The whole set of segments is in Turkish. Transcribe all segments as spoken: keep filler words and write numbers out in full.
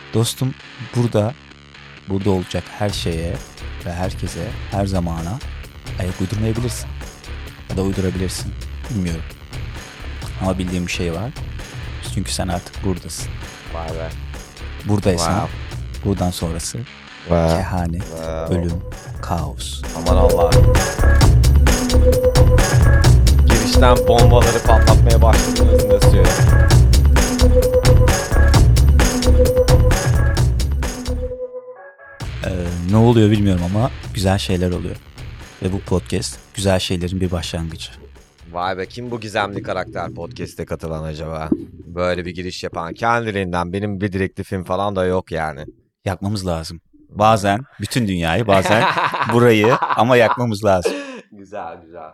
Dostum burada, burada olacak her şeye ve herkese, her zamana ayak uydurmayabilirsin. Ya da uydurabilirsin. Bilmiyorum. Ama bildiğim bir şey var. Çünkü sen artık buradasın. Vay be. Buradaysan Wow. buradan sonrası Wow. kehanet, Wow. ölüm, kaos. Aman Allah'ım. Girişten bombaları patlatmaya başladınız nasıl ya? Ee, ne oluyor bilmiyorum ama güzel şeyler oluyor. Ve bu podcast güzel şeylerin bir başlangıcı. Vay be, kim bu gizemli karakter podcast'e katılan acaba? Böyle bir giriş yapan kendiliğinden, benim bir direktifim falan da yok yani. Yakmamız lazım. Bazen bütün dünyayı, bazen burayı ama yakmamız lazım. Güzel güzel.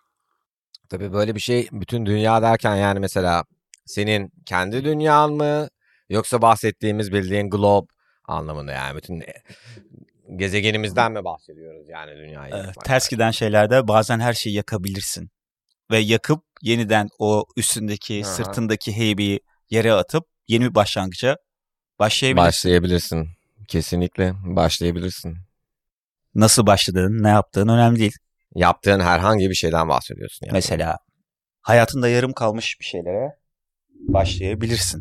Tabii böyle bir şey, bütün dünya derken yani mesela senin kendi dünyan mı yoksa bahsettiğimiz bildiğin globe anlamında, yani bütün gezegenimizden mi bahsediyoruz yani dünyayı? Ee, yakmak ters yani. giden şeylerde bazen her şeyi yakabilirsin. Ve yakıp yeniden o üstündeki, Aha. sırtındaki heybeyi yere atıp yeni bir başlangıca başlayabilirsin. Başlayabilirsin. Kesinlikle başlayabilirsin. Nasıl başladığın, ne yaptığın önemli değil. Yaptığın herhangi bir şeyden bahsediyorsun yani. Mesela hayatında yarım kalmış bir şeylere başlayabilirsin.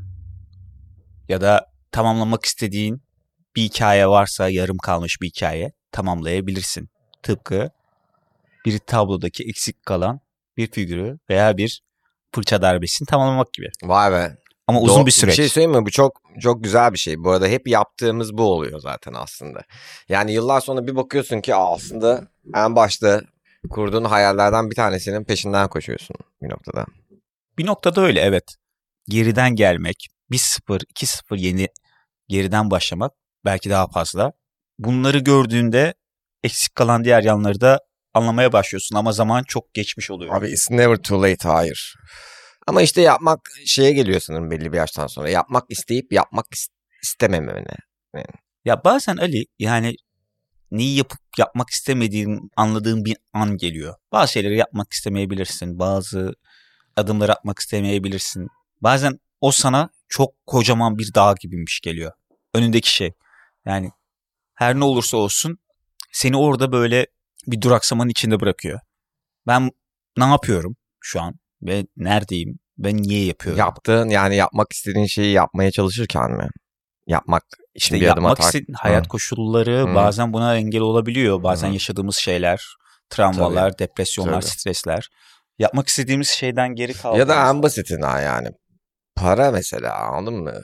Ya da tamamlamak istediğin bir hikaye varsa, yarım kalmış bir hikaye tamamlayabilirsin. Tıpkı bir tablodaki eksik kalan bir figürü veya bir fırça darbesini tamamlamak gibi. Vay be. Ama uzun Do- bir süreç. Bir şey söyleyeyim mi? Bu çok çok güzel bir şey. Bu arada hep yaptığımız bu oluyor zaten aslında. Yani yıllar sonra bir bakıyorsun ki aslında en başta kurduğun hayallerden bir tanesinin peşinden koşuyorsun bir noktada. Bir noktada öyle, evet. Geriden gelmek, bir sıfır, iki sıfır yeni geriden başlamak, belki daha fazla. Bunları gördüğünde eksik kalan diğer yanları da anlamaya başlıyorsun ama zaman çok geçmiş oluyor. Abi it's never too late, hayır. Ama işte yapmak şeye geliyor sanırım belli bir yaştan sonra. Yapmak isteyip yapmak is- istememene. Yani. Ya bazen Ali, yani neyi yapıp yapmak istemediğin anladığın bir an geliyor. Bazı şeyleri yapmak istemeyebilirsin. Bazı adımları atmak istemeyebilirsin. Bazen o sana çok kocaman bir dağ gibiymiş geliyor. Önündeki şey. Yani her ne olursa olsun seni orada böyle bir duraksamanın içinde bırakıyor. Ben ne yapıyorum şu an ve neredeyim? Ben niye yapıyorum? Yaptığın, yani yapmak istediğin şeyi yapmaya çalışırken mi? Yapmak için İşte bir adım yapmak atar. istediğin hayat Hı. koşulları Hı. bazen buna engel olabiliyor. Bazen Hı. yaşadığımız şeyler, travmalar, Tabii. depresyonlar, Tabii. stresler. Yapmak istediğimiz şeyden geri kaldığımızda. Ya da en basitinden yani. Para mesela, anladın mı?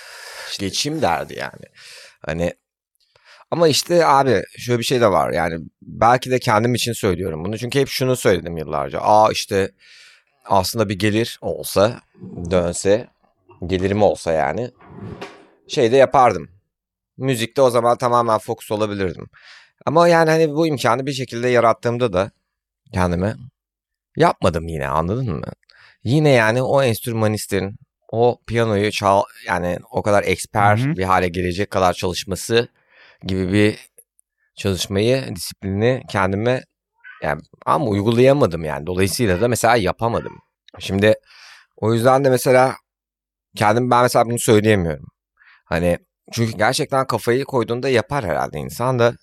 Geçim derdi yani. Hani ama işte abi şöyle bir şey de var yani, belki de kendim için söylüyorum bunu. Çünkü hep şunu söyledim yıllarca. Aa işte aslında bir gelir olsa, dönse, gelirim olsa yani şey de yapardım. Müzikte o zaman tamamen fokus olabilirdim. Ama yani hani bu imkanı bir şekilde yarattığımda da kendime yapmadım yine, anladın mı? Yine yani o enstrümanistin o piyanoyu çal, yani o kadar eksper Hı hı. bir hale gelecek kadar çalışması gibi bir çalışmayı, disiplini kendime yani ama uygulayamadım yani. Dolayısıyla da mesela yapamadım. Şimdi o yüzden de mesela kendim, ben mesela bunu söyleyemiyorum. Hani çünkü gerçekten kafayı koyduğunda yapar herhalde insan da.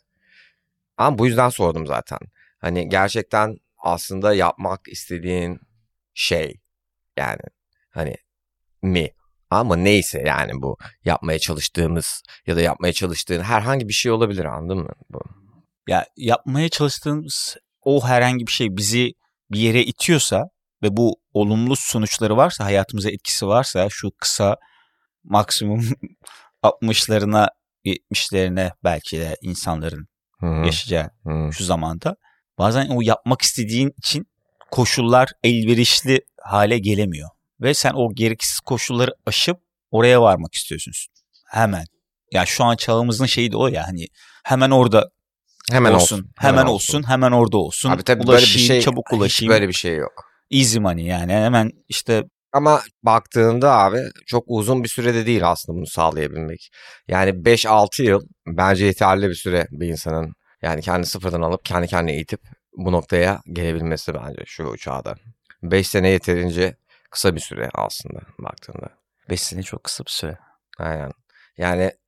Ama bu yüzden sordum zaten. Hani gerçekten aslında yapmak istediğin şey yani hani mi? Ama neyse yani bu yapmaya çalıştığımız ya da yapmaya çalıştığın herhangi bir şey olabilir, anladın mı? Bu. Ya yapmaya çalıştığımız o herhangi bir şey bizi bir yere itiyorsa ve bu olumlu sonuçları varsa, hayatımıza etkisi varsa, şu kısa maksimum altmışlarına yetmişlerine belki de insanların Hı-hı. yaşayacağı Hı-hı. şu zamanda bazen o yapmak istediğin için koşullar elverişli hale gelemiyor. Ve sen o gereksiz koşulları aşıp oraya varmak istiyorsun. Hemen. Ya şu an çağımızın şeyi de o ya, hani hemen orada Hemen olsun, olsun. hemen, hemen olsun. olsun, hemen orada olsun. Abi tabii ulaşayım, böyle bir şey, çabuk ulaşayım. hiç böyle bir şey yok. Easy money yani, hemen işte. Ama baktığında abi çok uzun bir sürede değil aslında bunu sağlayabilmek. Yani beş altı yıl bence yeterli bir süre bir insanın yani kendi sıfırdan alıp kendi kendine eğitip bu noktaya gelebilmesi bence şu çağda. beş sene yeterince kısa bir süre aslında baktığında. beş sene çok kısa bir süre. Aynen. Yani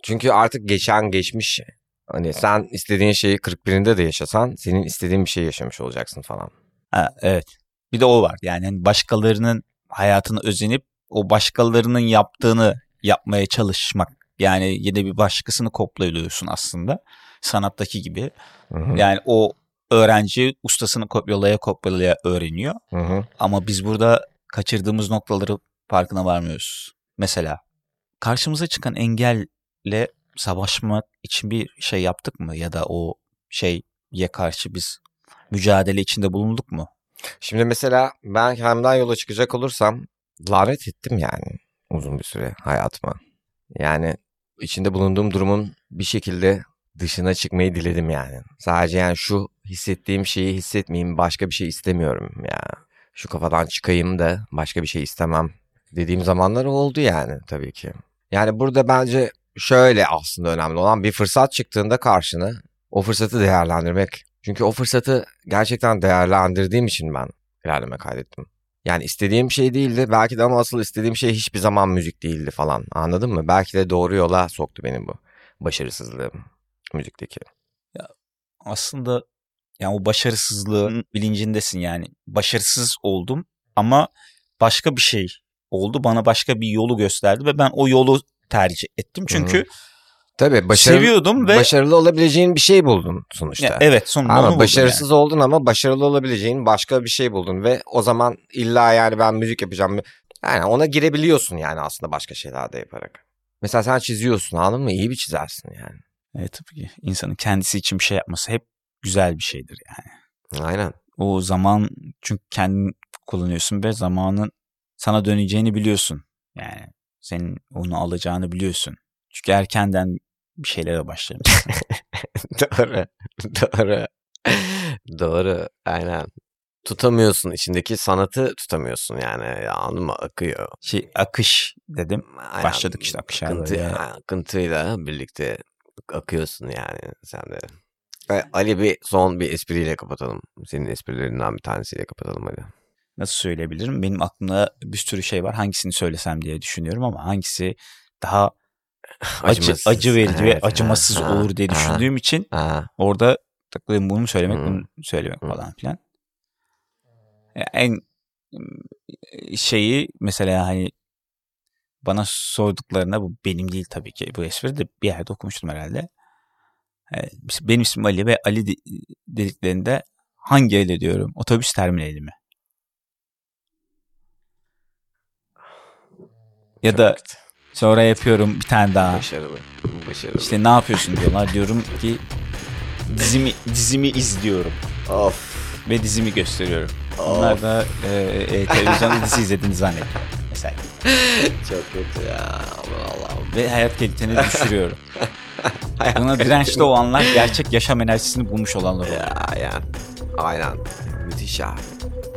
Çünkü artık geçen geçmiş. Hani sen istediğin şeyi kırk birinde de yaşasan senin istediğin bir şey yaşamış olacaksın falan. Ha, evet. Bir de o var. Yani başkalarının hayatını özenip o başkalarının yaptığını yapmaya çalışmak. Yani yine bir başkasını kopyalıyorsun aslında. Sanattaki gibi. Hı hı. Yani o öğrenci ustasını kopyalaya kopyalaya öğreniyor. Hı hı. Ama biz burada kaçırdığımız noktaları farkına varmıyoruz. Mesela karşımıza çıkan engelle savaşmak için bir şey yaptık mı? Ya da o şeye karşı biz mücadele içinde bulunduk mu? Şimdi mesela ben kendimden yola çıkacak olursam lanet ettim yani uzun bir süre hayatıma. Yani içinde bulunduğum durumun bir şekilde dışına çıkmayı diledim yani. Sadece yani şu hissettiğim şeyi hissetmeyeyim, başka bir şey istemiyorum ya. Şu kafadan çıkayım da başka bir şey istemem dediğim zamanlar oldu yani tabii ki. Yani burada bence şöyle aslında önemli olan bir fırsat çıktığında karşına o fırsatı değerlendirmek. Çünkü o fırsatı gerçekten değerlendirdiğim için ben ilerleme kaydettim. Yani istediğim şey değildi belki de ama asıl istediğim şey hiçbir zaman müzik değildi falan, anladın mı? Belki de doğru yola soktu beni bu başarısızlığım müzikteki. Ya aslında yani o başarısızlığın bilincindesin yani. Başarısız oldum ama başka bir şey oldu. Bana başka bir yolu gösterdi ve ben o yolu tercih ettim. Çünkü Hı-hı. Tabii başarılı, seviyordum ve başarılı olabileceğin bir şey buldun sonuçta. Ya, evet sonunda ama onu başarısız yani. oldun ama başarılı olabileceğin başka bir şey buldun ve o zaman illa yani ben müzik yapacağım. Yani ona girebiliyorsun yani aslında başka şeyler de yaparak. Mesela sen çiziyorsun, anladın mı? İyi bir çizersin yani. Evet tabii ki insanın kendisi için bir şey yapması hep güzel bir şeydir yani. Aynen. O zaman çünkü kendin kullanıyorsun ve zamanın sana döneceğini biliyorsun. Yani senin onu alacağını biliyorsun. Çünkü erkenden bir şeylere başlamışsın. Doğru. Doğru. Doğru. Aynen. Tutamıyorsun. İçindeki sanatı tutamıyorsun yani. Anladın mı? Akıyor. Şey, akış dedim. Aynen. Başladık işte akışa. Akıntı, akıntıyla birlikte akıyorsun yani sen de. Ve Ali bir son bir espriyle kapatalım. Senin esprilerinden bir tanesiyle kapatalım hadi. Nasıl söyleyebilirim? Benim aklımda bir sürü şey var. Hangisini söylesem diye düşünüyorum ama hangisi daha acı, acı verici evet, ve acımasız ha, olur diye düşündüğüm ha, için ha. orada takılayım bunu söylemek, hmm. bunu söylemek hmm. falan filan. Yani en şeyi mesela hani bana sorduklarına bu benim değil tabii ki. Bu espri de bir yerde okumuştum herhalde. Benim ismim Ali ve Ali dediklerinde hangi Ali diyorum? Otobüs terminali mi? Ya Çok da güzel. Sonra yapıyorum bir tane daha. Başarılı. Başarılı. İşte ne yapıyorsun diyorlar. Diyorum ki dizimi dizimi izliyorum. Of. Ve dizimi gösteriyorum. Of. Onlar da e, e, televizyonda dizi izlediğini zannediyor. Mesela. Çok kötü ya. Allah Allah. Ve hayat kaliteni düşürüyorum. Buna dirençli olanlar gerçek yaşam enerjisini bulmuş olanlar oluyor. Ya, ya. Aynen. Müthiş ya.